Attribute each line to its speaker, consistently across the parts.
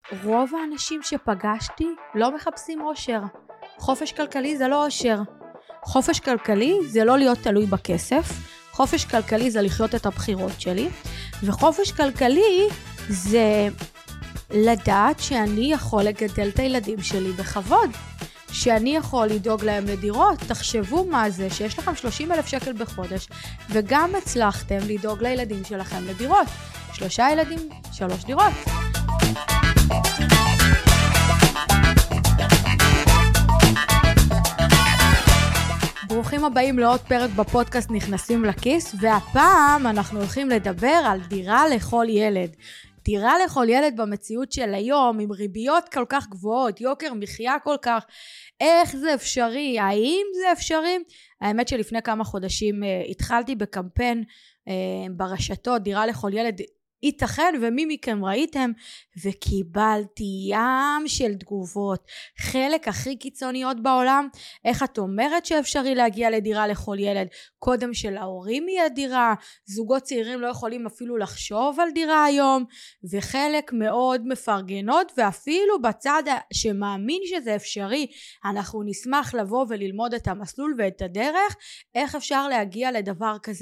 Speaker 1: רוב האנשים שפגשתי לא מחפשים אושר. חופש כלכלי זה לא אושר. חופש כלכלי זה לא להיות תלוי בכסף. חופש כלכלי זה לחיות את הבחירות שלי. וחופש כלכלי זה לדעת שאני יכול לגדל את הילדים שלי בכבוד. שאני יכול לדאוג להם לדירות. תחשבו מה זה שיש לכם 30,000 שקל בחודש וגם הצלחתם לדאוג לילדים שלכם לדירות. 3 ילדים, 3 דירות. ברוכים הבאים לעוד פרק בפודקאסט נכנסים לכיס, והפעם אנחנו הולכים לדבר על דירה לכל ילד. דירה לכל ילד במציאות של היום, עם ריביות כל כך גבוהות, יוקר מחיה כל כך, איך זה אפשרי? האם זה אפשרי? האמת שלפני כמה חודשים התחלתי בקמפיין ברשתות, דירה לכל ילד, ייתכן ומי מכם ראיתם, וקיבלתי ים של תגובות, חלק הכי קיצוניות בעולם. איך את אומרת שאפשרי להגיע לדירה לכל ילד? קודם שלהורים יהיה דירה, זוגות צעירים לא יכולים אפילו לחשוב על דירה היום, וחלק מאוד מפרגנות, ואפילו בצד שמאמין שזה אפשרי, אנחנו נשמח לבוא וללמוד את המסלול ואת הדרך, איך אפשר להגיע לדבר כזה.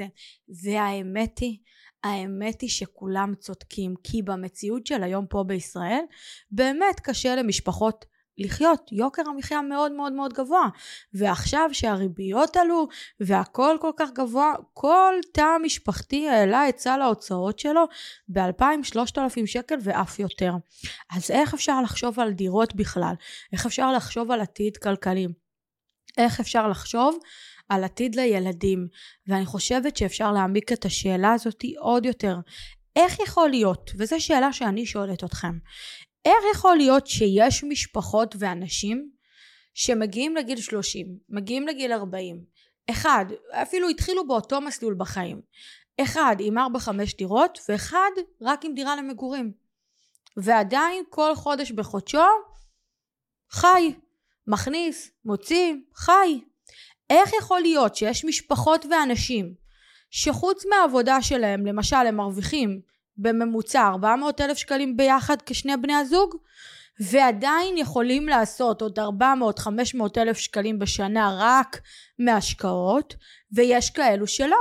Speaker 1: האמת היא שכולם צודקים, כי במציאות של היום פה בישראל, באמת קשה למשפחות לחיות, יוקר המחיה מאוד מאוד מאוד גבוה, ועכשיו שהריביות עלו, והכל כל כך גבוה, כל תא משפחתי העלה את סל ההוצאות שלו, ב2,000-3,000 שקל ואף יותר. אז איך אפשר לחשוב על דירות בכלל? איך אפשר לחשוב על עתיד כלכלי? איך אפשר לחשוב על עתיד לילדים? ואני חושבת שאפשר להעמיק את השאלה הזאת עוד יותר. איך יכול להיות, וזו שאלה שאני שואלת אתכם, איך יכול להיות שיש משפחות ואנשים שמגיעים לגיל 30, מגיעים לגיל 40, אחד, אפילו התחילו באותו מסלול בחיים, אחד עם 4-5 דירות, ואחד רק עם דירה למגורים, ועדיין כל חודש בחודשו חי, מכניס, מוציא, חי. איך יכול להיות שיש משפחות ואנשים שחוץ מהעבודה שלהם, למשל הם מרוויחים בממוצע 400,000 שקלים ביחד כשני בני הזוג, ועדיין יכולים לעשות עוד 400-500,000 שקלים בשנה רק מהשקעות, ויש כאלו שלא?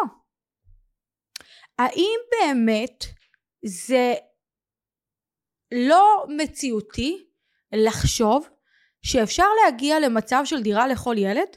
Speaker 1: האם באמת זה לא מציאותי לחשוב שאפשר להגיע למצב של דירה לכל ילד?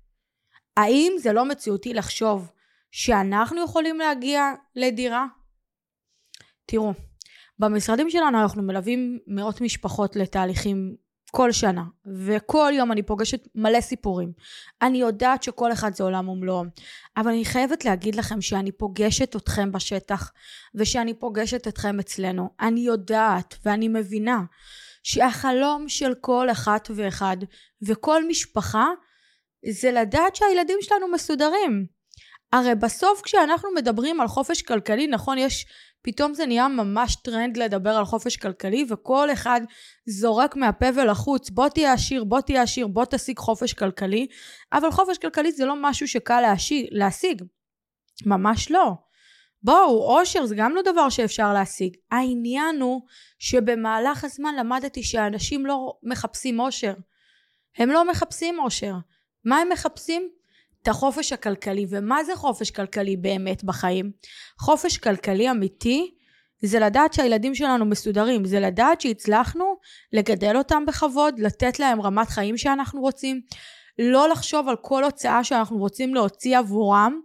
Speaker 1: האם זה לא מציאותי לחשוב שאנחנו יכולים להגיע לדירה? תראו, במשרדים שלנו אנחנו מלווים מאות משפחות לתהליכים כל שנה, וכל יום אני פוגשת מלא סיפורים. אני יודעת שכל אחד זה עולם ומלואו, אבל אני חייבת להגיד לכם שאני פוגשת אתכם בשטח, ושאני פוגשת אתכם אצלנו. אני יודעת ואני מבינה שהחלום של כל אחת ואחד וכל משפחה זה לדעת שהילדים שלנו מסודרים. הרי בסוף כשאנחנו מדברים על חופש כלכלי, נכון, פתאום זה נהיה ממש טרנד לדבר על חופש כלכלי, וכל אחד זורק מהפה ולחוץ, בוא תהיה עשיר, בוא תהיה עשיר, בוא תשיג חופש כלכלי, אבל חופש כלכלי זה לא משהו שקל להשיג, ממש לא. בואו, אושר זה גם לא דבר שאפשר להשיג. העניין הוא שבמהלך הזמן למדתי שאנשים לא מחפשים אושר, הם לא מחפשים אושר. מה הם מחפשים? את החופש הכלכלי. ומה זה חופש כלכלי באמת בחיים? חופש כלכלי אמיתי זה לדעת שהילדים שלנו מסודרים, זה לדעת שהצלחנו לגדל אותם בכבוד, לתת להם רמת חיים שאנחנו רוצים, לא לחשוב על כל הוצאה שאנחנו רוצים להוציא עבורם.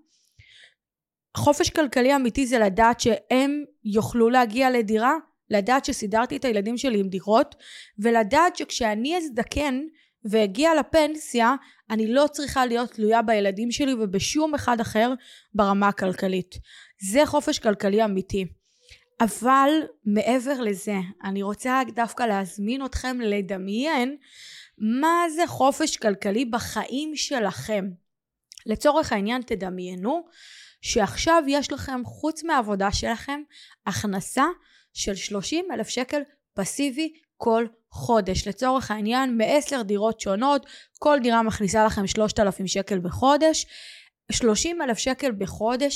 Speaker 1: חופש כלכלי אמיתי זה לדעת שהם יוכלו להגיע לדירה, לדעת שסידרתי את הילדים שלי עם דירות, ולדעת שכשאני אזדקן והגיע לפנסיה, אני לא צריכה להיות תלויה בילדים שלי ובשום אחד אחר ברמה הכלכלית. זה חופש כלכלי אמיתי. אבל מעבר לזה, אני רוצה דווקא להזמין אתכם לדמיין מה זה חופש כלכלי בחיים שלכם. לצורך העניין תדמיינו שעכשיו יש לכם חוץ מהעבודה שלכם הכנסה של 30,000 שקל פסיבי כל חודש. לצורך העניין מ10 דירות שונות, כל דירה מכניסה לכם 3,000 שקל בחודש, 30,000 שקל בחודש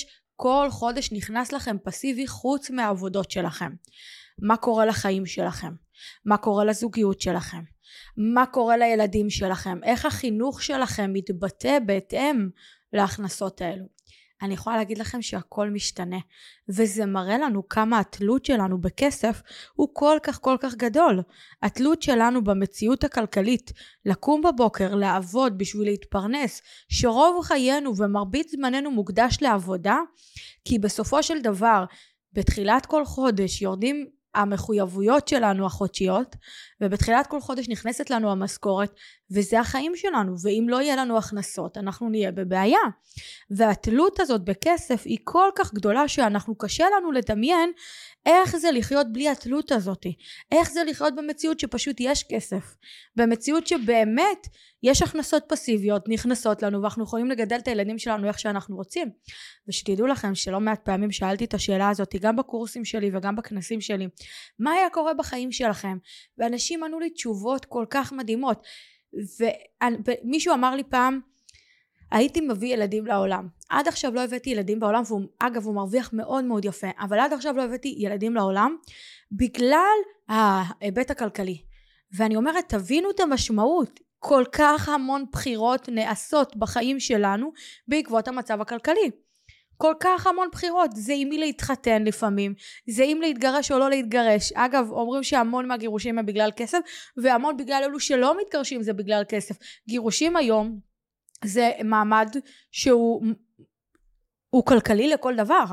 Speaker 1: כל חודש נכנס לכם פסיבי חוץ מהעבודות שלכם. מה קורה לחיים שלכם? מה קורה לזוגיות שלכם? מה קורה לילדים שלכם? איך החינוך שלכם מתבטא בהתאם להכנסות האלו? אני יכולה להגיד לכם שהכל משתנה, וזה מראה לנו כמה התלות שלנו בכסף הוא כל כך גדול. התלות שלנו במציאות הכלכלית, לקום בבוקר, לעבוד בשביל להתפרנס, שרוב חיינו ומרבית זמננו מוקדש לעבודה, כי בסופו של דבר, בתחילת כל חודש יורדים המחויבויות שלנו החודשיות, ובתחילת כל חודש נכנסת לנו המשכורת, וזה החיים שלנו, ואם לא יהיה לנו הכנסות, אנחנו נהיה בבעיה. והתלות הזאת בכסף היא כל כך גדולה, שאנחנו קשה לנו לדמיין איך זה לחיות בלי התלות הזאת, איך זה לחיות במציאות שפשוט יש כסף, במציאות שבאמת יש הכנסות פסיביות נכנסות לנו, ואנחנו יכולים לגדל את הילדים שלנו איך שאנחנו רוצים. ושתדעו לכם שלא מעט פעמים שאלתי את השאלה הזאת, גם בקורסים שלי וגם בכנסים שלי, מה היה קורה בחיים שלכם? ואנשים ענו לי תשובות כל כך מדהימות, ומישהו אמר לי פעם, הייתי מביא ילדים לעולם. עד עכשיו לא הבאתי ילדים בעולם, ואגב הוא מרוויח מאוד מאוד יפה, אבל עד עכשיו לא הבאתי ילדים לעולם, בגלל ההיבט הכלכלי. ואני אומרת, תבינו את המשמעות, כל כך המון בחירות נעשות בחיים שלנו, בעקבות המצב הכלכלי. כל כך המון בחירות, זה עם מי להתחתן לפעמים, זה עם להתגרש או לא להתגרש. אגב, אומרים שהמון מהגירושים הם בגלל כסף, והמון בגלל אלו שלא מתגרשים זה בגלל כסף. גירושים היום, זה מעמד שהוא כלכלי לכל דבר.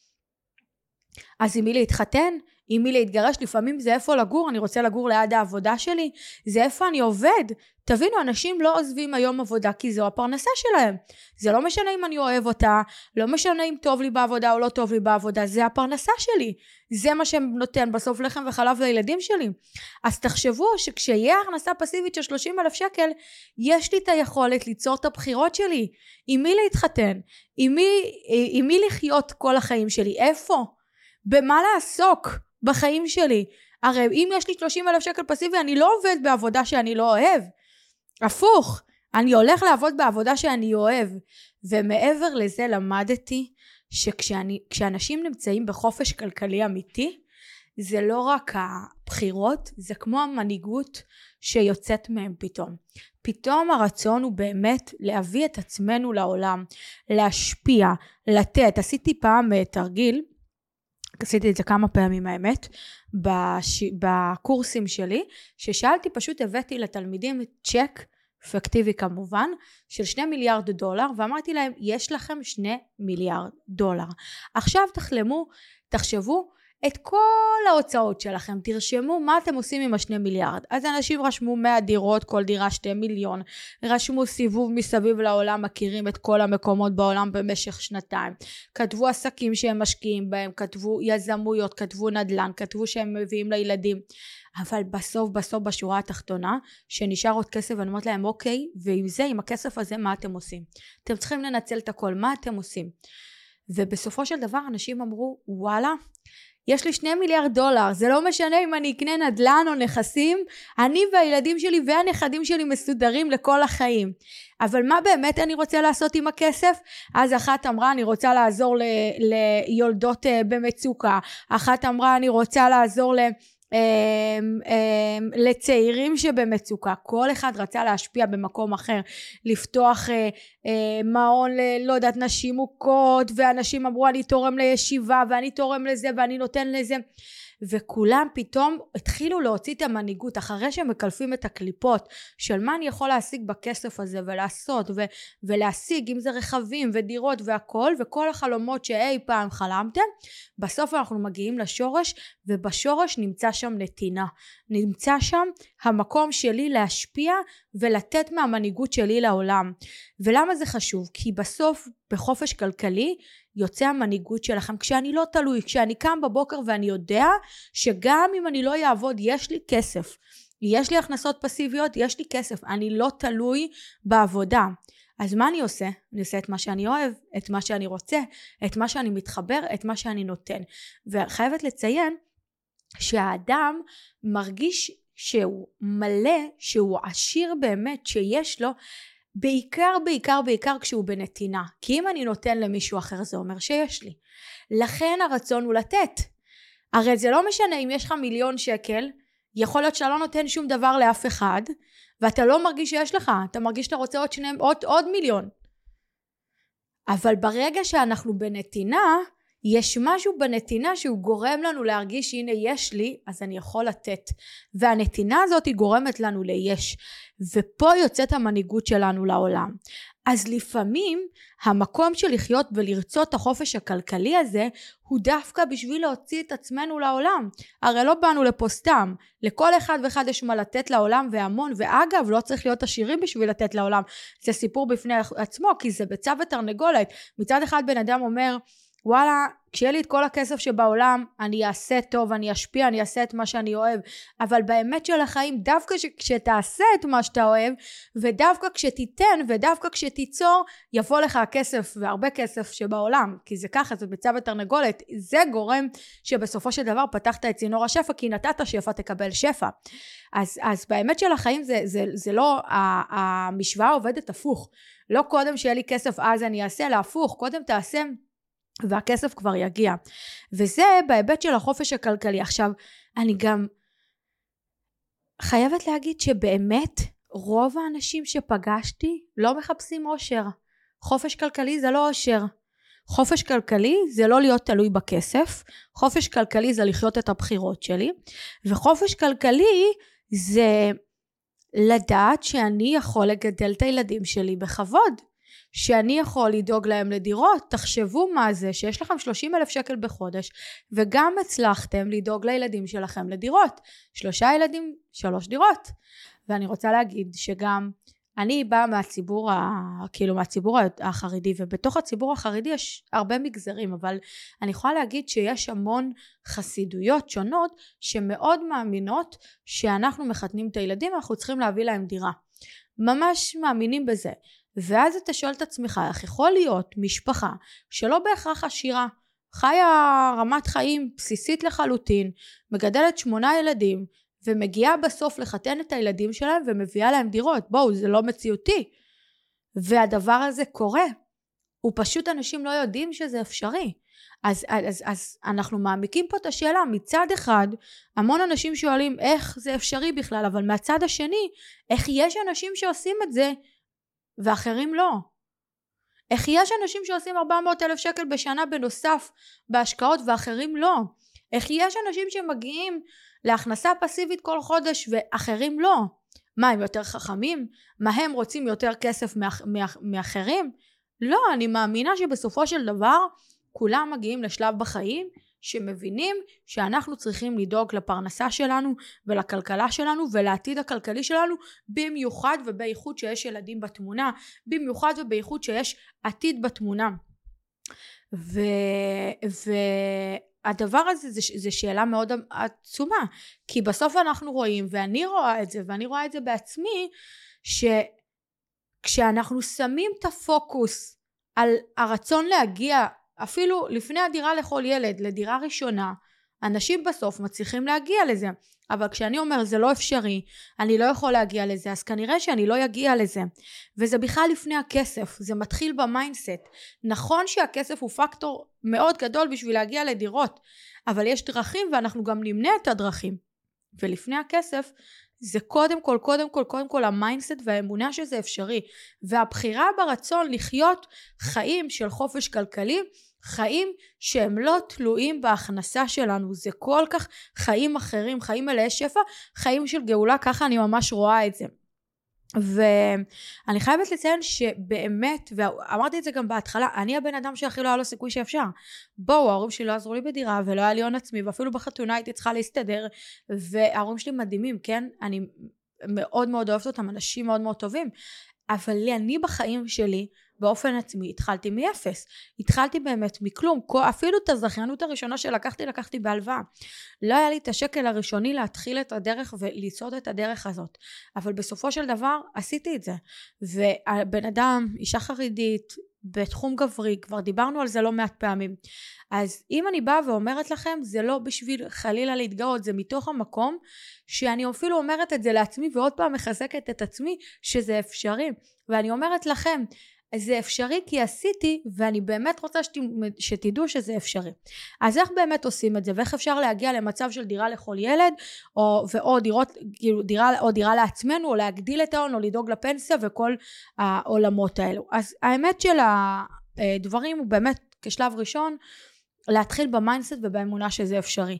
Speaker 1: אז עם מי להתחתן, עם מי להתגרש, לפעמים זה איפה לגור, אני רוצה לגור ליד העבודה שלי, זה איפה אני עובד. תבינו, אנשים לא עוזבים היום עבודה כי זו הפרנסה שלהם. זה לא משנה אם אני אוהב אותה, לא משנה אם טוב לי בעבודה או לא טוב לי בעבודה, זה הפרנסה שלי. זה מה שנותן בסוף לחם וחלב לילדים שלי. אז תחשבו שכשיהיה הכנסה פסיבית של 30,000 שקל, יש לי את היכולת ליצור את הבחירות שלי. עם מי להתחתן? עם מי לחיות כל החיים שלי? איפה? במה לעסוק בחיים שלי? הרי אם יש לי 30,000 שקל פסיבי, אני לא עובד בעבודה שאני לא אוהב. הפוך, אני הולך לעבוד בעבודה שאני אוהב. ומעבר לזה למדתי שכשאנשים נמצאים בחופש כלכלי אמיתי, זה לא רק הבחירות, זה כמו המנהיגות שיוצאת מהם פתאום. פתאום הרצון הוא באמת להביא את עצמנו לעולם, להשפיע, לתת. עשיתי פעם תרגיל, עשיתי את זה כמה פעמים האמת, בקורסים שלי, ששאלתי, פשוט הבאתי לתלמידים צ'ק, פיקטיבי כמובן, של 2 מיליארד דולר, ואמרתי להם, יש לכם 2 מיליארד דולר. עכשיו תחשבו את כל ההוצאות שלכם, תרשמו מה אתם עושים עם 2 מיליארד. אז אנשים רשמו 100 דירות, כל דירה 2 מיליון, רשמו סיבוב מסביב לעולם, מכירים את כל המקומות בעולם במשך שנתיים, כתבו עסקים שהם משקיעים בהם, כתבו יזמויות, כתבו נדל"ן, כתבו שהם מביאים לילדים. אבל בסוף בשורה התחתונה, שנשאר עוד כסף, ואני אומרת להם, אוקיי, ועם זה, עם הכסף הזה, מה אתם עושים? אתם צריכים לנצל את הכל, מה אתם עושים? ובסופו של דבר אנשים אמרו, וואלה, יש לי 2 מיליארד דולר, זה לא משנה אם אני אקנה נדל"ן או נכסים, אני והילדים שלי והנכדים שלי מסודרים לכל החיים. אבל מה באמת אני רוצה לעשות עם הכסף? אז אחת אמרה, אני רוצה לעזור ליולדות במצוקה, אחת אמרה, אני רוצה לעזור לצעירים שבמצוקה. כל אחד רצה להשפיע במקום אחר, לפתוח מעון לא יודעת נשים מוכות, ואנשים אמרו אני תורם לישיבה ואני תורם לזה ואני נותן לזה, וכולם פתאום התחילו להוציא את המנהיגות אחרי שמקלפים את הקליפות של מה אני יכול להשיג בכסף הזה ולעשות ולהשיג, אם זה רכבים ודירות והכל וכל החלומות שאי פעם חלמתם. בסוף אנחנו מגיעים לשורש, ובשורש נמצא שם נתינה, נמצא שם המקום שלי להשפיע ולתת מהמנהיגות שלי לעולם. ולמה זה חשוב? כי בסוף בחופש כלכלי יוצא המנהיגות שלכם, כשאני לא תלוי, כשאני קם בבוקר ואני יודע שגם אם אני לא יעבוד יש לי כסף, יש לי הכנסות פסיביות, יש לי כסף, אני לא תלוי בעבודה. אז מה אני עושה? אני עושה את מה שאני אוהב, את מה שאני רוצה, את מה שאני מתחבר, את מה שאני נותן. וחייבת לציין שהאדם מרגיש שהוא מלא, שהוא עשיר באמת, שיש לו, בעיקר כשהוא בנתינה. כי אם אני נותן למישהו אחר זה אומר שיש לי. לכן הרצון הוא לתת. הרי זה לא משנה אם יש לך 1,000,000 שקל, יכול להיות שאתה לא נותן שום דבר לאף אחד, ואתה לא מרגיש שיש לך, אתה מרגיש שאתה רוצה עוד 1,000,000. אבל ברגע שאנחנו בנתינה, יש משהו בנתינה שהוא גורם לנו להרגיש שהנה יש לי, אז אני יכול לתת. והנתינה הזאת היא גורמת לנו ליש. ופה יוצאת המנהיגות שלנו לעולם. אז לפעמים המקום של לחיות ולרצות את החופש הכלכלי הזה, הוא דווקא בשביל להוציא את עצמנו לעולם. הרי לא באנו לפה סתם. לכל אחד ואחד יש מה לתת לעולם והמון, ואגב לא צריך להיות עשירים בשביל לתת לעולם. זה סיפור בפני עצמו, כי זה ביצה ותרנגולת. מצד אחד בן אדם אומר, וואלה, כשיהיה לי את כל הכסף שבעולם, אני אעשה טוב, אני אשפיע, אני אעשה את מה שאני אוהב. אבל באמת של החיים, דווקא כשתעשה את מה שאתה אוהב, ודווקא כשתיתן, ודווקא כשתיצור, יבוא לך הכסף, והרבה כסף שבעולם. כי זה ככה, זה ביצה ותרנגולת. זה גורם שבסופו של דבר פתחת את צינור השפע, כי נתת שפע, תקבל שפע. אז באמת של החיים, זה לא, המשוואה עובדת הפוך. לא קודם שיהיה לי כסף, אז אני אעשה, להפוך, קודם תעשה, והכסף כבר יגיע. וזה בהיבט של החופש הכלכלי. עכשיו, אני גם חייבת להגיד שבאמת רוב האנשים שפגשתי לא מחפשים אושר. חופש כלכלי זה לא אושר. חופש כלכלי זה לא להיות תלוי בכסף. חופש כלכלי זה לחיות את הבחירות שלי. וחופש כלכלי זה לדעת שאני יכול לגדל את הילדים שלי בכבוד. שאני יכול לדאוג להם לדירות. תחשבו מה זה שיש לכם 30,000 שקל בחודש וגם הצלחתם לדאוג לילדים שלכם לדירות. 3 ילדים, 3 דירות. ואני רוצה להגיד שגם אני באה מהציבור, מהציבור החרדי, ובתוך הציבור החרדי יש הרבה מגזרים, אבל אני יכולה להגיד שיש המון חסידויות שונות שמאוד מאמינות שאנחנו מחתנים את הילדים, אנחנו צריכים להביא להם דירה. ממש מאמינים בזה. ואז אתה שואל את עצמך, איך יכול להיות משפחה שלא בהכרח עשירה, חיה רמת חיים בסיסית לחלוטין, מגדלת 8 ילדים, ומגיעה בסוף לחתן את הילדים שלהם ומביאה להם דירות. בואו, זה לא מציאותי. והדבר הזה קורה. ופשוט אנשים לא יודעים שזה אפשרי. אז אנחנו מעמיקים פה את השאלה. מצד אחד, המון אנשים שואלים איך זה אפשרי בכלל, אבל מהצד השני, איך יש אנשים שעושים את זה, ואחרים לא? איך יש אנשים שעושים 400,000 שקל בשנה בנוסף בהשקעות ואחרים לא? איך יש אנשים שמגיעים להכנסה פסיבית כל חודש ואחרים לא? מה, הם יותר חכמים? מה, הם רוצים יותר כסף מאחרים? לא, אני מאמינה שבסופו של דבר כולם מגיעים לשלב בחיים שמבינים שאנחנו צריכים לדאוג לפרנסה שלנו ולכלכלה שלנו ולעתיד הכלכלי שלנו, במיוחד ובייחוד שיש ילדים בתמונה, במיוחד ובייחוד שיש עתיד בתמונה. והדבר הזה זה שאלה מאוד עצומה, כי בסוף אנחנו רואים, ואני רואה את זה בעצמי, שכשאנחנו שמים את הפוקוס על הרצון להגיע אפילו לפני הדירה לכל ילד, לדירה ראשונה, אנשים בסוף מצליחים להגיע לזה. אבל כשאני אומר זה לא אפשרי, אני לא יכול להגיע לזה, אז כנראה שאני לא אגיע לזה. וזה בכלל לפני הכסף, זה מתחיל במיינדסט. נכון שהכסף הוא פקטור מאוד גדול בשביל להגיע לדירות, אבל יש דרכים ואנחנו גם נמנה את הדרכים. ולפני הכסף, זה קודם כל המיינדסט והאמונה שזה אפשרי. והבחירה ברצון לחיות חיים של חופש כלכלי, חיים שהם לא תלויים בהכנסה שלנו, זה כל כך חיים אחרים, חיים מלאי שפע, חיים של גאולה, ככה אני ממש רואה את זה. ואני חייבת לציין שבאמת, ואמרתי את זה גם בהתחלה, אני הבן אדם שהכי לא היה לו סיכוי שאפשר. בואו, ההורים שלי לא עזרו לי בדירה, ולא היה לי הון עצמי, ואפילו בחתונה הייתי צריכה להסתדר, וההורים שלי מדהימים, כן? אני מאוד מאוד אוהבת אותם, אנשים מאוד מאוד טובים, אבל אני בחיים שלי, באופן עצמי, התחלתי מאפס. התחלתי באמת מכלום. אפילו את הזכיינות הראשונה שלקחתי בהלוואה. לא היה לי את השקל הראשוני להתחיל את הדרך ולצעוד את הדרך הזאת. אבל בסופו של דבר עשיתי את זה. והבן אדם, אישה חרדית, בתחום גברי, כבר דיברנו על זה לא מעט פעמים. אז אם אני באה ואומרת לכם, זה לא בשביל חלילה להתגאות, זה מתוך המקום שאני אפילו אומרת את זה לעצמי, ועוד פעם מחזקת את עצמי שזה אפשרי. ואני אומרת לכם, זה אפשרי כי עשיתי, ואני באמת רוצה שתדעו שזה אפשרי. אז איך באמת עושים את זה, ואיך אפשר להגיע למצב של דירה לכל ילד, או דירה לעצמנו, או להגדיל את ההון, או לדאוג לפנסיה, וכל העולמות האלו. אז האמת של הדברים הוא באמת כשלב ראשון, להתחיל במיינדסט ובאמונה שזה אפשרי.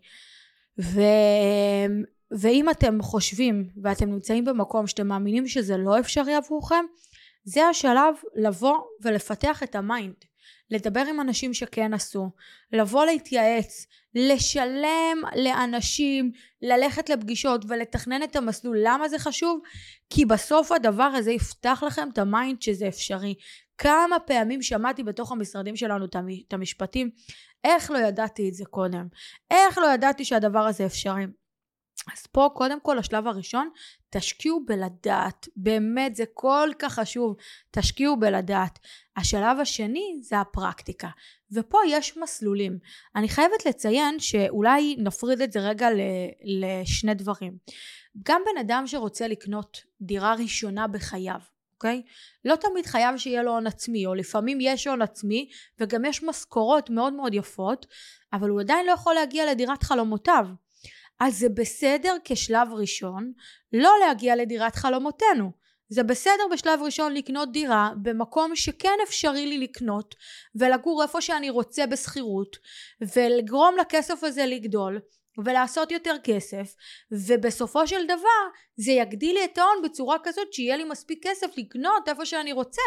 Speaker 1: ואם אתם חושבים, ואתם נמצאים במקום שאתם מאמינים שזה לא אפשרי עבורכם, זה השלב לבוא ולפתח את המיינד, לדבר עם אנשים שכן עשו, לבוא להתייעץ, לשלם לאנשים, ללכת לפגישות ולתכנן את המסלול. למה זה חשוב? כי בסוף הדבר הזה יפתח לכם את המיינד שזה אפשרי. כמה פעמים שמעתי בתוך המשרדים שלנו את המשפטים, איך לא ידעתי את זה קודם? איך לא ידעתי שהדבר הזה אפשרי? אז פה קודם כל השלב הראשון, תשקיעו בלדעת, באמת זה כל כך חשוב, תשקיעו בלדעת. השלב השני זה הפרקטיקה, ופה יש מסלולים. אני חייבת לציין שאולי נפריד את זה רגע לשני דברים. גם בן אדם שרוצה לקנות דירה ראשונה בחייו, אוקיי? לא תמיד חייב שיהיה לו הון עצמי, או לפעמים יש הון עצמי, וגם יש משכורות מאוד מאוד יפות, אבל הוא עדיין לא יכול להגיע לדירת חלומותיו. אז זה בסדר כשלב ראשון לא להגיע לדירת חלומותינו. זה בסדר בשלב ראשון לקנות דירה במקום שכן אפשרי לי לקנות ולגור איפה שאני רוצה בסחירות, ולגרום לכסף הזה לגדול ולעשות יותר כסף, ובסופו של דבר זה יגדיל לי את ההון בצורה כזאת שיהיה לי מספיק כסף לקנות איפה שאני רוצה.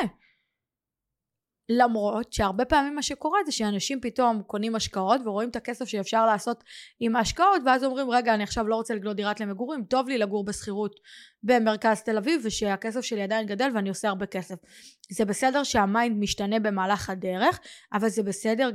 Speaker 1: למרות שהרבה פעמים מה שקורה זה שאנשים פתאום קונים השקעות ורואים את הכסף שאפשר לעשות עם ההשקעות, ואז אומרים רגע, אני עכשיו לא רוצה לקנות דירת למגורים, טוב לי לגור בסחירות במרכז תל אביב ושהכסף שלי עדיין גדל ואני עושה הרבה כסף. זה בסדר שהמיינד משתנה במהלך הדרך, אבל זה בסדר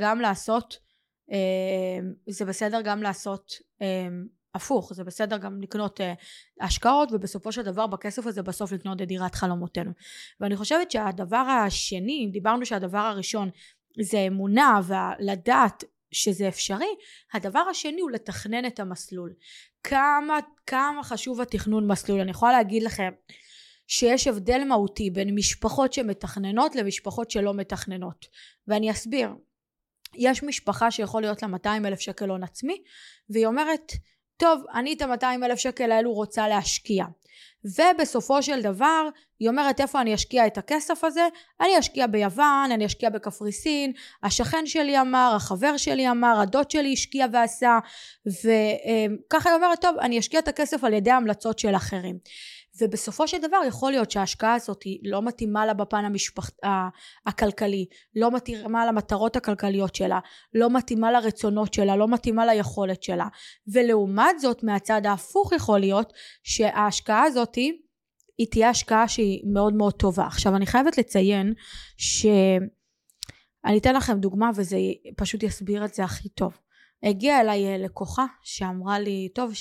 Speaker 1: גם לעשות הפוך, זה בסדר גם לקנות השקעות, ובסופו של דבר בכסף הזה בסוף לקנות את דירת חלומותינו. ואני חושבת שהדבר השני, דיברנו שהדבר הראשון זה אמונה ולדעת שזה אפשרי, הדבר השני הוא לתכנן את המסלול. כמה חשוב התכנון מסלול. אני יכולה להגיד לכם שיש הבדל מהותי בין משפחות שמתכננות למשפחות שלא מתכננות, ואני אסביר. יש משפחה שיכול להיות לה 200,000 שקל הון עצמי, והיא אומרת טוב, אני את 200,000 שקל האלו רוצה להשקיע. ובסופו של דבר, היא אומרת איפה אני אשקיע את הכסף הזה? אני אשקיע ביוון, אני אשקיע בקפריסין, השכן שלי אמר, החבר שלי אמר, הדוד שלי השקיע ועשה, וככה היא אומרת טוב, אני אשקיע את הכסף על ידי המלצות של אחרים. ובסופו של דבר יכול להיות שההשקעה הזאת לא מתאימה לה בפן הכלכלי, לא מתאימה למטרות הכלכליות שלה, לא מתאימה לרצונות שלה, לא מתאימה ליכולת שלה. ולעומת זאת מהצד ההפוך יכול להיות שההשקעה הזאת היא תהיה השקעה שהיא מאוד מאוד טובה. עכשיו אני חייבת לציין אני אתן לכם דוגמה וזה פשוט יסביר את זה הכי טוב. הגיעה אליי לקוחה שאמרה לי טוב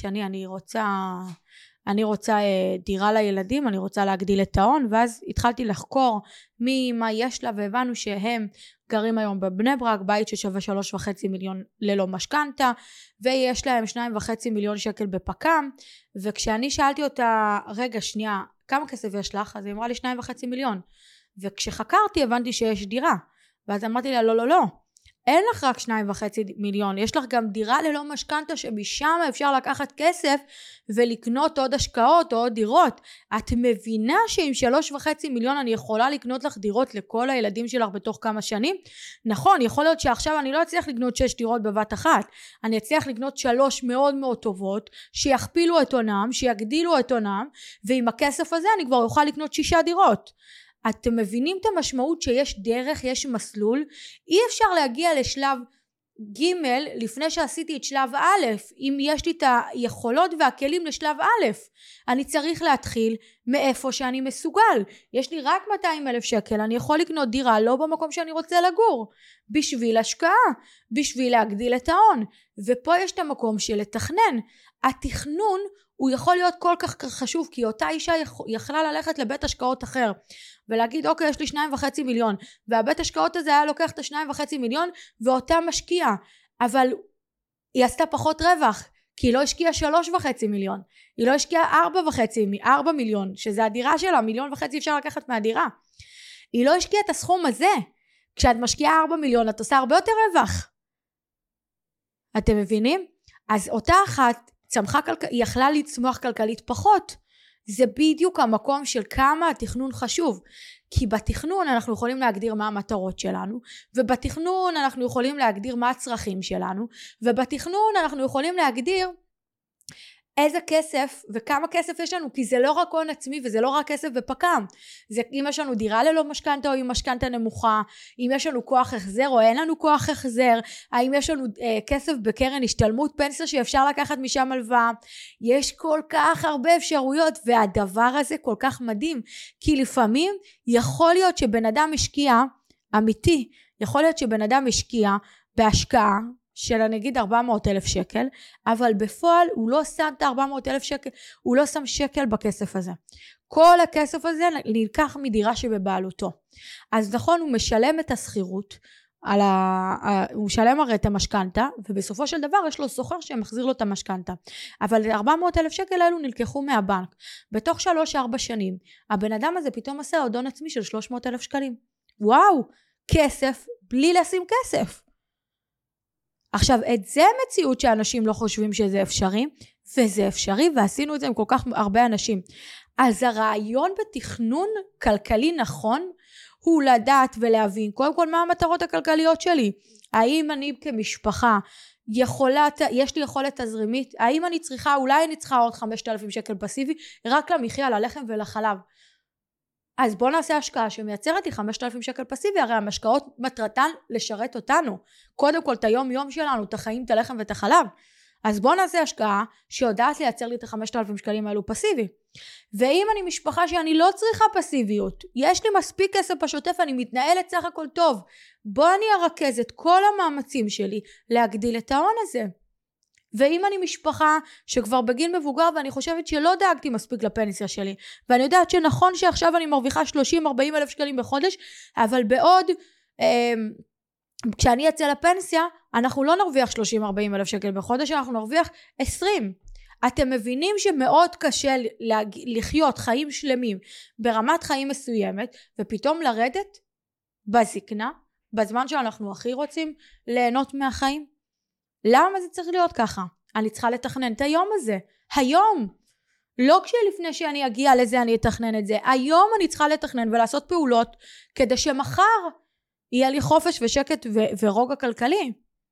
Speaker 1: אני רוצה דירה לילדים, אני רוצה להגדיל את ההון, ואז התחלתי לחקור מה יש לה, והבנו שהם גרים היום בבני ברק, בית ששווה 3.5 מיליון ללא משכנתה, ויש להם 2.5 מיליון שקל בפקם, וכשאני שאלתי אותה, רגע שנייה, כמה כסף יש לך? אז היא אמרה לי 2.5 מיליון, וכשחקרתי הבנתי שיש דירה, ואז אמרתי לה לא, אין לך רק 2.5 מיליון, יש לך גם דירה ללא משכנתה שמשם אפשר לקחת כסף ולקנות עוד השקעות או עוד דירות. את מבינה שעם 3.5 מיליון אני יכולה לקנות לך דירות לכל הילדים שלך בתוך כמה שנים? נכון, יכול להיות שעכשיו אני לא אצליח לקנות 6 דירות בבת אחת, אני אצליח לקנות 3 מאוד מאוד טובות שיכפילו את עונם, שיגדילו את עונם, ועם הכסף הזה אני כבר אוכל לקנות 6 דירות. אתם מבינים את המשמעות שיש דרך, יש מסלול, אי אפשר להגיע לשלב ג' לפני שעשיתי את שלב א', אם יש לי את היכולות והכלים לשלב א', אני צריך להתחיל מאיפה שאני מסוגל. יש לי רק 200,000 שקל, אני יכול לקנות דירה לא במקום שאני רוצה לגור, בשביל השקעה, בשביל להגדיל את ההון, ופה יש את המקום של לתכנן. התכנון הוא יכול להיות כל כך חשוב, כי אותה אישה יכלה ללכת לבית השקעות אחר ולהגיד אוקיי יש לי 2.5 מיליון, והבית השקעות הזה היה לוקח את 2.5 מיליון ואותה משקיע, אבל היא עשתה פחות רווח כי היא לא השקיעה 3.5 מיליון, היא לא השקיעה 4 מיליון, שזה הדירה שלה, 1.5 מיליון אפשר לקחת מהדירה, היא לא השקיעה את הסכום הזה. כשאת משקיעה 4 מיליון את עושה הרבה יותר רווח. אתם מבינים? אז אותה אחת היא יכלה לצמוח כלכלית פחות. זה בדיוק המקום של כמה התכנון חשוב. כי בתכנון אנחנו יכולים להגדיר מה המטרות שלנו, ובתכנון אנחנו יכולים להגדיר מה הצרכים שלנו, ובתכנון אנחנו יכולים להגדיר איזה כסף וכמה כסף יש לנו, כי זה לא רק הון עצמי וזה לא רק כסף ופקם, זה אם יש לנו דירה ללא משכנתה או עם משכנתה נמוכה, אם יש לנו כוח החזר או אין לנו כוח החזר, האם יש לנו כסף בקרן השתלמות פנסיה שאפשר לקחת משם הלוואה, יש כל כך הרבה אפשרויות, והדבר הזה כל כך מדהים, כי לפעמים יכול להיות שבן אדם השקיע, אמיתי, יכול להיות שבן אדם השקיע בהשקעה, של נגיד 400,000 שקל, אבל בפועל הוא לא שם את 400,000 שקל, הוא לא שם שקל בכסף הזה. כל הכסף הזה נלקח מדירה שבבעלותו. אז נכון, הוא משלם את השכירות, הוא משלם הרי את המשכנתה, ובסופו של דבר יש לו סוחר שמחזיר לו את המשכנתה. אבל 400,000 שקל האלו נלקחו מהבנק. בתוך 3-4 שנים, הבן אדם הזה פתאום עשה עוד הון עצמי של 300,000 שקלים. וואו, כסף בלי לשים כסף. עכשיו, את זה מציאות שאנשים לא חושבים שזה אפשרי, וזה אפשרי, ועשינו את זה עם כל כך הרבה אנשים. אז הרעיון בתכנון כלכלי נכון, הוא לדעת ולהבין, קודם כל מה המטרות הכלכליות שלי, האם אני כמשפחה יש לי יכולת תזרימית, האם אני צריכה, אולי אני צריכה עוד 5,000 שקל פסיבי, רק למחיה, ללחם ולחלב, אז בוא נעשה השקעה שמייצרת לי 5,000 שקל פסיבי, הרי המשקעות מטרתן לשרת אותנו, קודם כל את היום יום שלנו, את החיים, את הלחם ואת החלב, אז בוא נעשה השקעה שיודעת לייצר לי את 5,000 שקלים האלו פסיבי, ואם אני משפחה שאני לא צריכה פסיביות, יש לי מספיק כסף בשוטף, אני מתנהלת סך הכל טוב, בוא אני ארכז את כל המאמצים שלי להגדיל את ההון הזה. ואם אני משפחה שכבר בגיל מבוגר ואני חושבת שלא דאגתי מספיק לפנסיה שלי, ואני יודעת שנכון שעכשיו אני מרוויחה 30-40 אלף שקלים בחודש, אבל בעוד כשאני אצא לפנסיה אנחנו לא נרוויח 30-40 אלף שקל בחודש, אנחנו נרוויח 20. אתם מבינים שמאוד קשה לחיות חיים שלמים ברמת חיים מסוימת, ופתאום לרדת בזקנה בזמן שאנחנו הכי רוצים ליהנות מהחיים? למה זה צריך להיות ככה? אני צריכה לתכנן את היום הזה, היום, לא כשלפני שאני אגיע לזה אני אתכנן את זה, היום אני צריכה לתכנן ולעשות פעולות כדי שמחר יהיה לי חופש ושקט ורוגע כלכלי.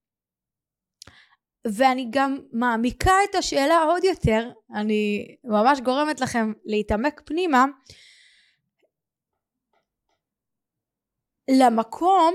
Speaker 1: ואני גם מעמיקה את השאלה עוד יותר, אני ממש גורמת לכם להתעמק פנימה למקום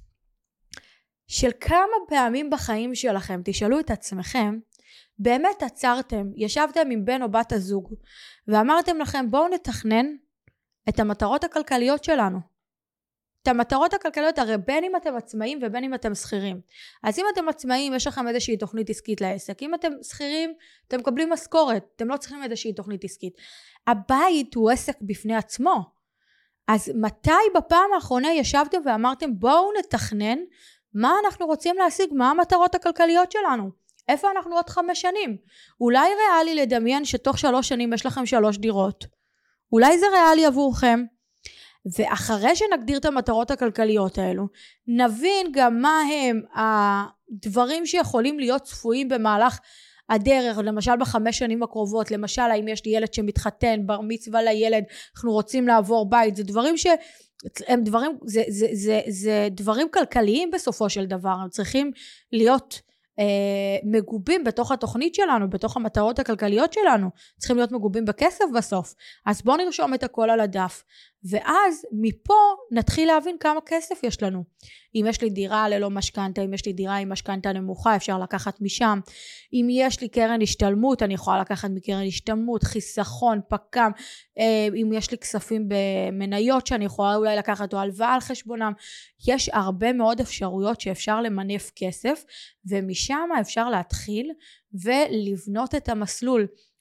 Speaker 1: של כמה פעמים בחיים שלכם תשאלו את עצמכם, באמת עצרתם, ישבתם עם בן או בת הזוג ואמרתם לכם בואו נתכנן את המטרות הכלכליות שלנו. את המטרות הכלכליות, הרי בין אם אתם עצמאים ובין אם אתם שכירים. אז אם אתם עצמאים יש לכם איזושהי תוכנית עסקית לעסק, אם אתם שכירים אתם מקבלים משכורת, אתם לא צריכים איזושהי תוכנית עסקית. הבית הוא עסק בפני עצמו. אז מתי בפעם האחרונה ישבתם ואמרתם בואו נתכנן מה אנחנו רוצים להשיג, מה המטרות הכלכליות שלנו, איפה אנחנו עוד 5 שנים, אולי ריאלי לדמיין שתוך 3 שנים יש לכם 3 דירות, אולי זה ריאלי עבורכם, ואחרי שנגדיר את המטרות הכלכליות האלו, נבין גם מה הם הדברים שיכולים להיות צפויים במהלך הדרך, למשל ב5 שנים הקרובות, למשל האם יש לי ילד שמתחתן, בר מצווה לילד, אנחנו רוצים לעבור בית, זה דברים הם דברים, זה דברים כלכליים בסופו של דבר, הם צריכים להיות מגובים בתוך התוכנית שלנו, בתוך המטרות הכלכליות שלנו, צריכים להיות מגובים בכסף בסוף. אז בואו נרשום את הכל על הדף, ואז מפה נתחיל להבין כמה כסף יש לנו. אם יש לי דירה ללא משכנתה, אם יש לי דירה עם משכנתה נמוכה, אפשר לקחת משם. אם יש לי קרן השתלמות, אני יכולה לקחת מקרן השתלמות, חיסכון, פקם. אם יש לי כספים במניות שאני יכולה אולי לקחת או הלוואה על חשבונם. יש הרבה מאוד אפשרויות שאפשר למנף כסף, ומשם אפשר להתחיל ולבנות את המסלול.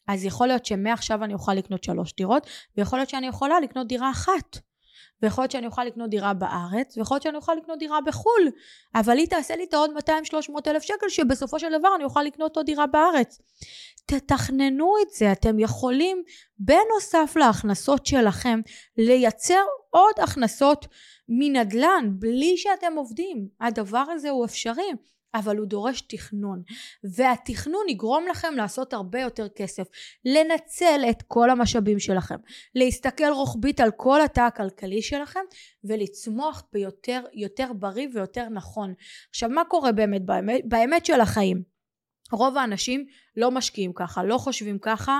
Speaker 1: אז יכול להיות שמעכשיו אני אוכל לקנות 3 דירות, ויכול להיות שאני יכולה לקנות דירה אחת. ויכול להיות שאני אוכל לקנות דירה בארץ, ויכול להיות שאני אוכל לקנות דירה בחול, אבל היא תעשה לי את עוד 200-300 אלף שקל, שבסופו של דבר אני אוכל לקנות עוד דירה בארץ. תתכננו את זה, אתם יכולים בנוסף להכנסות שלכם, לייצר עוד הכנסות מנדלן, בלי שאתם עובדים. הדבר הזה הוא אפשרי, אבל הוא דורש תכנון, והתכנון יגרום לכם לעשות הרבה יותר כסף, לנצל את כל המשאבים שלכם, להסתכל רוחבית על כל התא הכלכלי שלכם, ולצמוח יותר בריא ויותר נכון. עכשיו מה קורה באמת של החיים? רוב האנשים לא משקיעים ככה, לא חושבים ככה,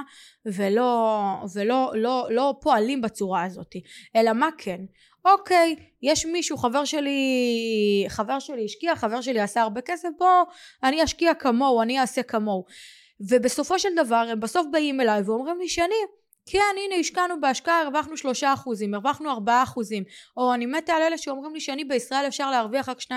Speaker 1: ולא פועלים בצורה הזאת, אלא מה כן? אוקיי, יש מישהו, חבר שלי השקיע, חבר שלי עשה הרבה כסף, בוא אני אשקיע כמוהו, אני אעשה כמוהו. ובסופו של דבר הם בסוף באים אליי ואומרים לי שאני, כן הנה השקענו בהשקעה, הרווחנו 3%, הרווחנו 4%, או אני מתה על אלה שאומרים לי שאני בישראל אפשר להרוויח רק 2-3%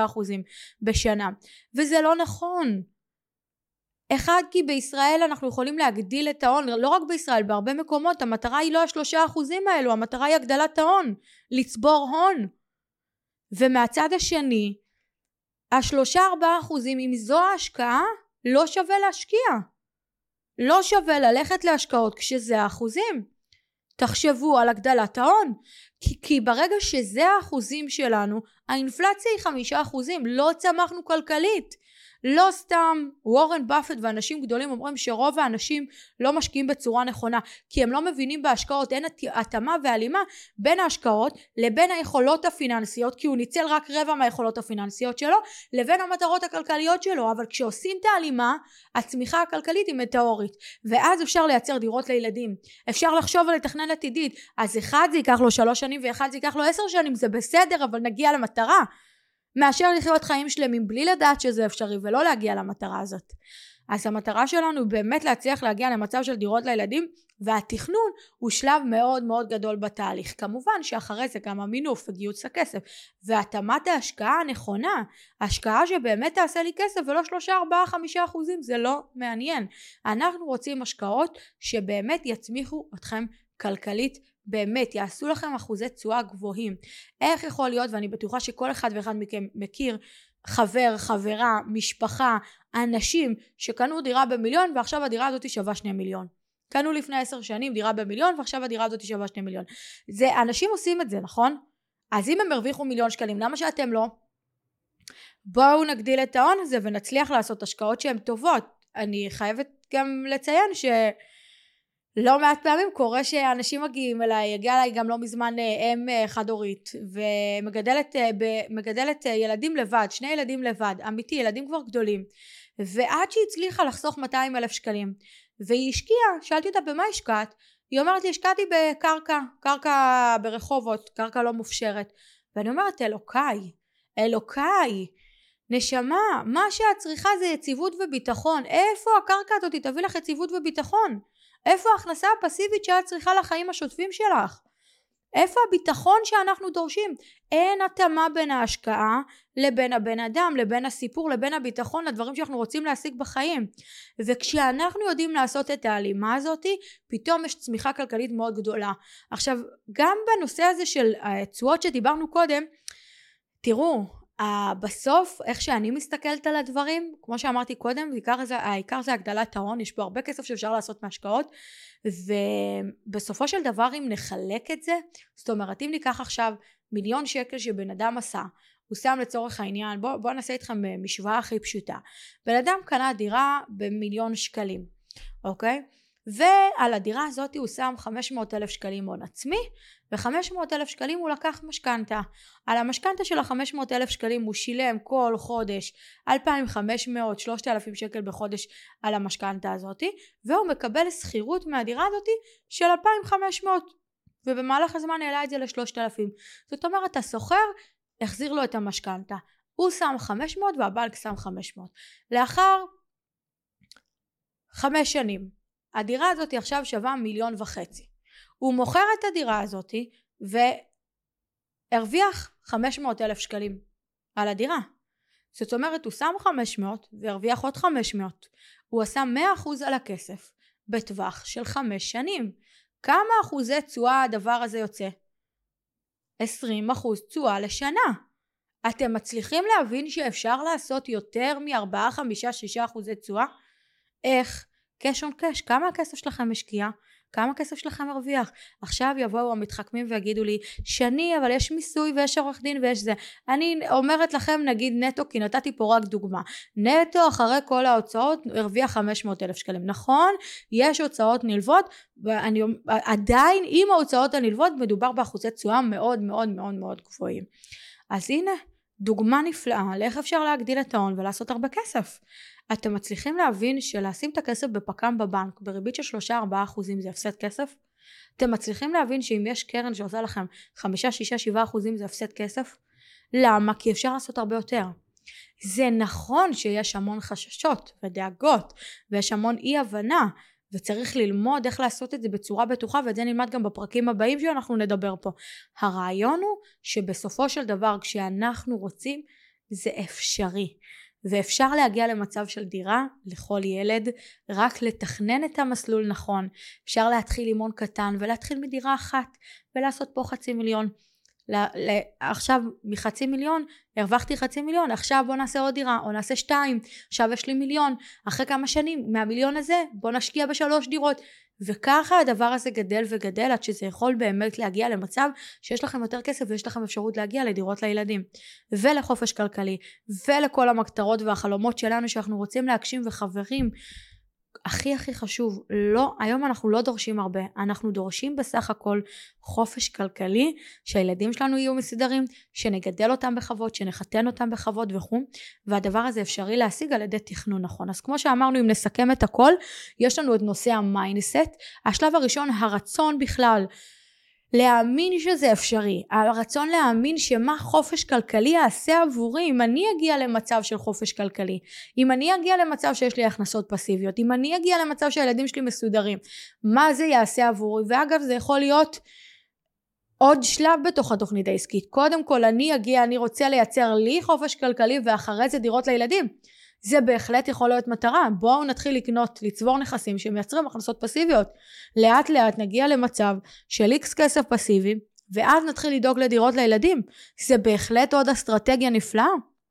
Speaker 1: בשנה, וזה לא נכון. אחד, כי בישראל אנחנו יכולים להגדיל את ההון, לא רק בישראל, בהרבה מקומות המטרה היא לא 3% האלו, המטרה היא הגדלת ההון, לצבור הון. ומהצד השני, 3-4%, אם זו ההשקעה, לא שווה להשקיע. לא שווה ללכת להשקעות כשזה האחוזים. תחשבו על הגדלת ההון, כי ברגע שזה האחוזים שלנו, האינפלציה היא 5%, לא צמחנו כלכלית. לא סתם וורן באפט ואנשים גדולים אומרים שרוב האנשים לא משקיעים בצורה נכונה, כי הם לא מבינים בהשקעות, אין התאמה והלימה בין ההשקעות לבין היכולות הפיננסיות, כי הוא ניצל רק רבע מהיכולות הפיננסיות שלו, לבין המטרות הכלכליות שלו. אבל כשעושים את ההלימה, הצמיחה הכלכלית היא מטאורית, ואז אפשר לייצר דירות לילדים, אפשר לחשוב על לתכנן עתידית. אז אחד זה ייקח לו 3 שנים ואחד זה ייקח לו 10 שנים, זה בסדר, אבל נגיע למטרה, מאשר לחיות חיים שלמים בלי לדעת שזה אפשרי ולא להגיע למטרה הזאת. אז המטרה שלנו היא באמת להצליח להגיע למצב של דירות לילדים, והתכנון הוא שלב מאוד מאוד גדול בתהליך. כמובן שאחרי זה גם המינוף וגיוס הכסף והתאמת ההשקעה הנכונה, השקעה שבאמת תעשה לי כסף ולא 3-4-5%, זה לא מעניין. אנחנו רוצים השקעות שבאמת יצמיחו אתכם כלכלית, באמת יעשו לכם אחוזי תשואה גבוהים. איך יכול להיות, ואני בטוחה שכל אחד ואחד מכם מכיר חבר, חברה, משפחה, אנשים שקנו דירה ב1,000,000 ועכשיו הדירה הזאת שווה 2 מיליון. קנו לפני 10 שנים דירה ב1,000,000 ועכשיו הדירה הזאת שווה 2 מיליון. זה, אנשים עושים את זה, נכון? אז אם הם הרוויחו 1,000,000 שקלים, למה שאתם לא? בואו נגדיל את ההון הזה ונצליח לעשות השקעות שהן טובות. אני חייבת גם לציין לא מעט פעמים קורה שאנשים מגיעים אליי, הגיעה אליי גם לא מזמן אם חד-הורית, ומגדלת ילדים לבד, 2 ילדים לבד, אמיתי, ילדים כבר גדולים, ועד שהיא הצליחה לחסוך 200,000 שקלים, והיא השקיעה, שאלתי אותה במה השקעת, היא אומרת לי, השקעתי קרקע ברחובות, קרקע לא מופשרת, ואני אומרת, אלוקיי, נשמה, מה שאת צריכה זה יציבות וביטחון, איפה הקרקע הזאת תביא לך יציבות וביטחון? איפה ההכנסה הפסיבית שאת צריכה לחיים השוטפים שלך? איפה הביטחון שאנחנו דורשים? אין התאמה בין ההשקעה לבין הבן אדם, לבין הסיפור, לבין הביטחון, לדברים שאנחנו רוצים להשיג בחיים. וכשאנחנו יודעים לעשות את ההלימה הזאת, פתאום יש צמיחה כלכלית מאוד גדולה. עכשיו, גם בנושא הזה של התשואות שדיברנו קודם, תראו, בסוף איך שאני מסתכלת על הדברים, כמו שאמרתי קודם, העיקר זה הגדלת ההון, יש פה הרבה כסף שאפשר לעשות מהשקעות, ובסופו של דבר אם נחלק את זה, זאת אומרת אם ניקח עכשיו 1,000,000 שקל שבן אדם עשה, הוא שם לצורך העניין, בוא נעשה איתכם משוואה הכי פשוטה, בן אדם קנה דירה ב1,000,000 שקלים, אוקיי? ועל הדירה הזאת הוא שם 500,000 שקלים הון עצמי, ו500,000 שקלים הוא לקח משכנתה. על המשכנתה של 500,000 שקלים הוא שילם כל חודש 2,500, 3,000 שקל בחודש על המשכנתה הזאת, והוא מקבל שכירות מהדירה הזאת של 2,500, ובמהלך הזמן העלה את זה ל3,000. זאת אומרת הסוחר החזיר לו את המשכנתה, הוא שם 500 והבנק שם 500. לאחר 5 שנים הדירה הזאת עכשיו שווה 1.5 מיליון. הוא מוכר את הדירה הזאת והרוויח 500,000 שקלים על הדירה. זאת אומרת הוא שם 500 והרוויח עוד 500. הוא עשה 100% על הכסף בטווח של 5 שנים. כמה אחוזי תשואה הדבר הזה יוצא? 20% תשואה לשנה. אתם מצליחים להבין שאפשר לעשות יותר מ4, 5, 6 אחוזי תשואה? איך? קש און קש. כמה הכסף שלכם משקיע? כמה כסף שלכם מרוויח? עכשיו יבואו המתחכמים ויגידו לי, שני, אבל יש מיסוי ויש עורך דין ויש זה. אני אומרת לכם, נגיד נטו, כי נתתי פה רק דוגמה. נטו אחרי כל ההוצאות הרוויח 500,000 שקלים. נכון? יש הוצאות נלוות, עדיין עם ההוצאות הנלוות מדובר באחוזי תשואה מאוד מאוד מאוד מאוד גבוהים. אז הנה, דוגמה נפלאה לאיך אפשר להגדיל את ההון ולעשות הרבה כסף. אתם מצליחים להבין שלשים את הכסף בפקם בבנק בריבית של 3-4% זה הפסד כסף? אתם מצליחים להבין שאם יש קרן שעושה לכם 5-6-7% זה הפסד כסף? למה? כי אפשר לעשות הרבה יותר. זה נכון שיש המון חששות ודאגות ויש המון אי הבנה וצריך ללמוד איך לעשות את זה בצורה בטוחה, ואת זה נלמד גם בפרקים הבאים שאנחנו נדבר פה. הרעיון הוא שבסופו של דבר כשאנחנו רוצים זה אפשרי. ואפשר להגיע למצב של דירה לכל ילד, רק לתכנן את המסלול נכון. אפשר להתחיל עם הון קטן ולהתחיל מדירה אחת ולעשות פה 500,000. עכשיו מ500,000 הרווחתי 500,000, עכשיו בוא נעשה עוד דירה או נעשה 2, עכשיו יש לי 1,000,000, אחרי כמה שנים מה1,000,000 הזה בוא נשקיע ב3 דירות, וככה הדבר הזה גדל וגדל עד שזה יכול באמת להגיע למצב שיש לכם יותר כסף ויש לכם אפשרות להגיע לדירות לילדים ולחופש כלכלי ולכל המטרות והחלומות שלנו שאנחנו רוצים להגשים. וחברים, הכי חשוב, היום אנחנו לא דורשים הרבה, אנחנו דורשים בסך הכל חופש כלכלי, שהילדים שלנו יהיו מסודרים, שנגדל אותם בכבוד, שנחתן אותם בכבוד וכו', והדבר הזה אפשרי להשיג על ידי תכנון נכון. אז כמו שאמרנו, אם נסכם את הכל, יש לנו את נושא המיינדסט. השלב הראשון, הרצון בכלל להאמין שזה אפשרי, הרצון להאמין שמה חופש כלכלי יעשה עבורי, אם אני אגיע למצב של חופש כלכלי, אם אני אגיע למצב שיש לי הכנסות פסיביות, אם אני אגיע למצב שהילדים שלי מסודרים, מה זה יעשה עבורי? ואגב זה יכול להיות עוד שלב בתוך התוכנית העסקית. קודם כל אני רוצה לייצר לי חופש כלכלי ואחרי זה דירות לילדים. זה בהחלט יכול להיות מטרה. בואו נתחיל לצבור נכסים שמייצרים הכנסות פסיביות. לאט לאט נגיע למצב של X כסף פסיבי, ואז נתחיל לדאוג לדירות לילדים. זה בהחלט עוד אסטרטגיה נפלאה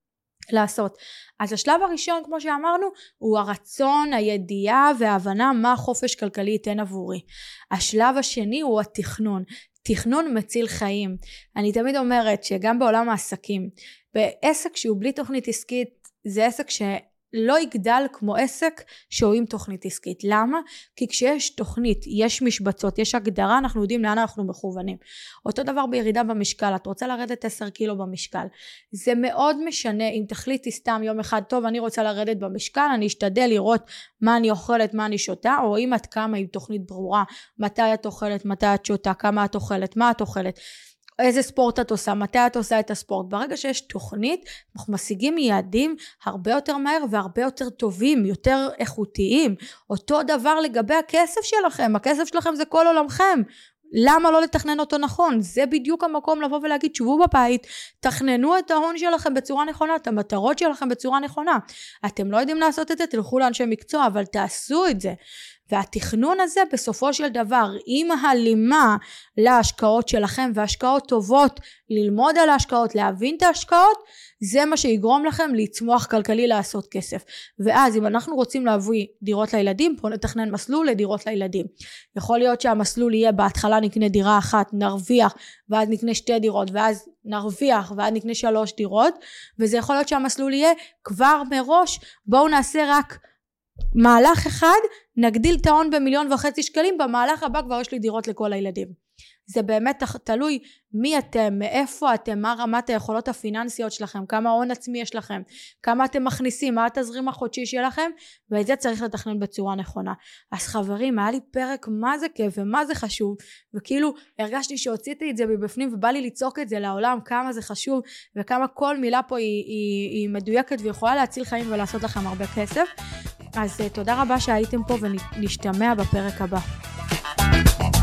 Speaker 1: לעשות. אז השלב הראשון, כמו שאמרנו, הוא הרצון, הידיעה וההבנה מה חופש כלכלי ייתן עבורי. השלב השני הוא התכנון. תכנון מציל חיים. אני תמיד אומרת שגם בעולם העסקים, בעסק שהוא בלי תוכנית עסקית, זה עסק שלא יגדל כמו עסק שהוא עם תוכנית עסקית. למה? כי כשיש תוכנית, יש משבצות, יש הגדרה, אנחנו יודעים לאן אנחנו מכוונים. אותו דבר בירידה במשקל, את רוצה לרדת 10 קילו במשקל. זה מאוד משנה אם תחליטי סתם יום אחד, טוב אני רוצה לרדת במשקל, אני אשתדל לראות מה אני אוכלת, מה אני שותה, או אם את קמה עם תוכנית ברורה, מתי את אוכלת, מתי את שותה, כמה את אוכלת, מה את אוכלת. איזה ספורט את עושה, מתי את עושה את הספורט. ברגע שיש תוכנית, אנחנו משיגים יעדים הרבה יותר מהר והרבה יותר טובים, יותר איכותיים. אותו דבר לגבי הכסף שלכם, הכסף שלכם זה כל עולמכם. למה לא לתכנן אותו נכון? זה בדיוק המקום לבוא ולהגיד, שבו בבית, תכננו את ההון שלכם בצורה נכונה, את המטרות שלכם בצורה נכונה. אתם לא יודעים לעשות את זה, תלכו לאנשי מקצוע, אבל תעשו את זה. והתכנון הזה בסופו של דבר, עם הלימה להשקעות שלכם, והשקעות טובות, ללמוד על ההשקעות, להבין את ההשקעות, זה מה שיגרום לכם לצמוח כלכלי לעשות כסף. ואז אם אנחנו רוצים להביא דירות לילדים, פה נתכנן מסלול לדירות לילדים. יכול להיות שהמסלול יהיה בהתחלה נקנה דירה אחת, נרוויח, ואז נקנה 2 דירות, ואז נרוויח, ואז נקנה 3 דירות, וזה יכול להיות שהמסלול יהיה כבר מראש, בואו נעשה רק מהלך אחד, נגדיל את ההון ב1.5 שקלים, במהלך הבא כבר יש לי דירות לכל הילדים. זה באמת תלוי מי אתם, מאיפה אתם, מה רמת היכולות הפיננסיות שלכם, כמה הון עצמי יש לכם, כמה אתם מכניסים, מה התזרים החודשי שלכם, ואת זה צריך לתכנן בצורה נכונה. אז חברים, היה לי פרק מה זה כיף ומה זה חשוב, וכאילו הרגשתי שהוצאתי את זה מבפנים ובא לי לצעוק את זה לעולם, כמה זה חשוב וכמה כל מילה פה היא מדויקת ויכולה להציל חיים ולעשות לכם הרבה כסף. אז תודה רבה שהייתם פה ונשתמע בפרק הבא.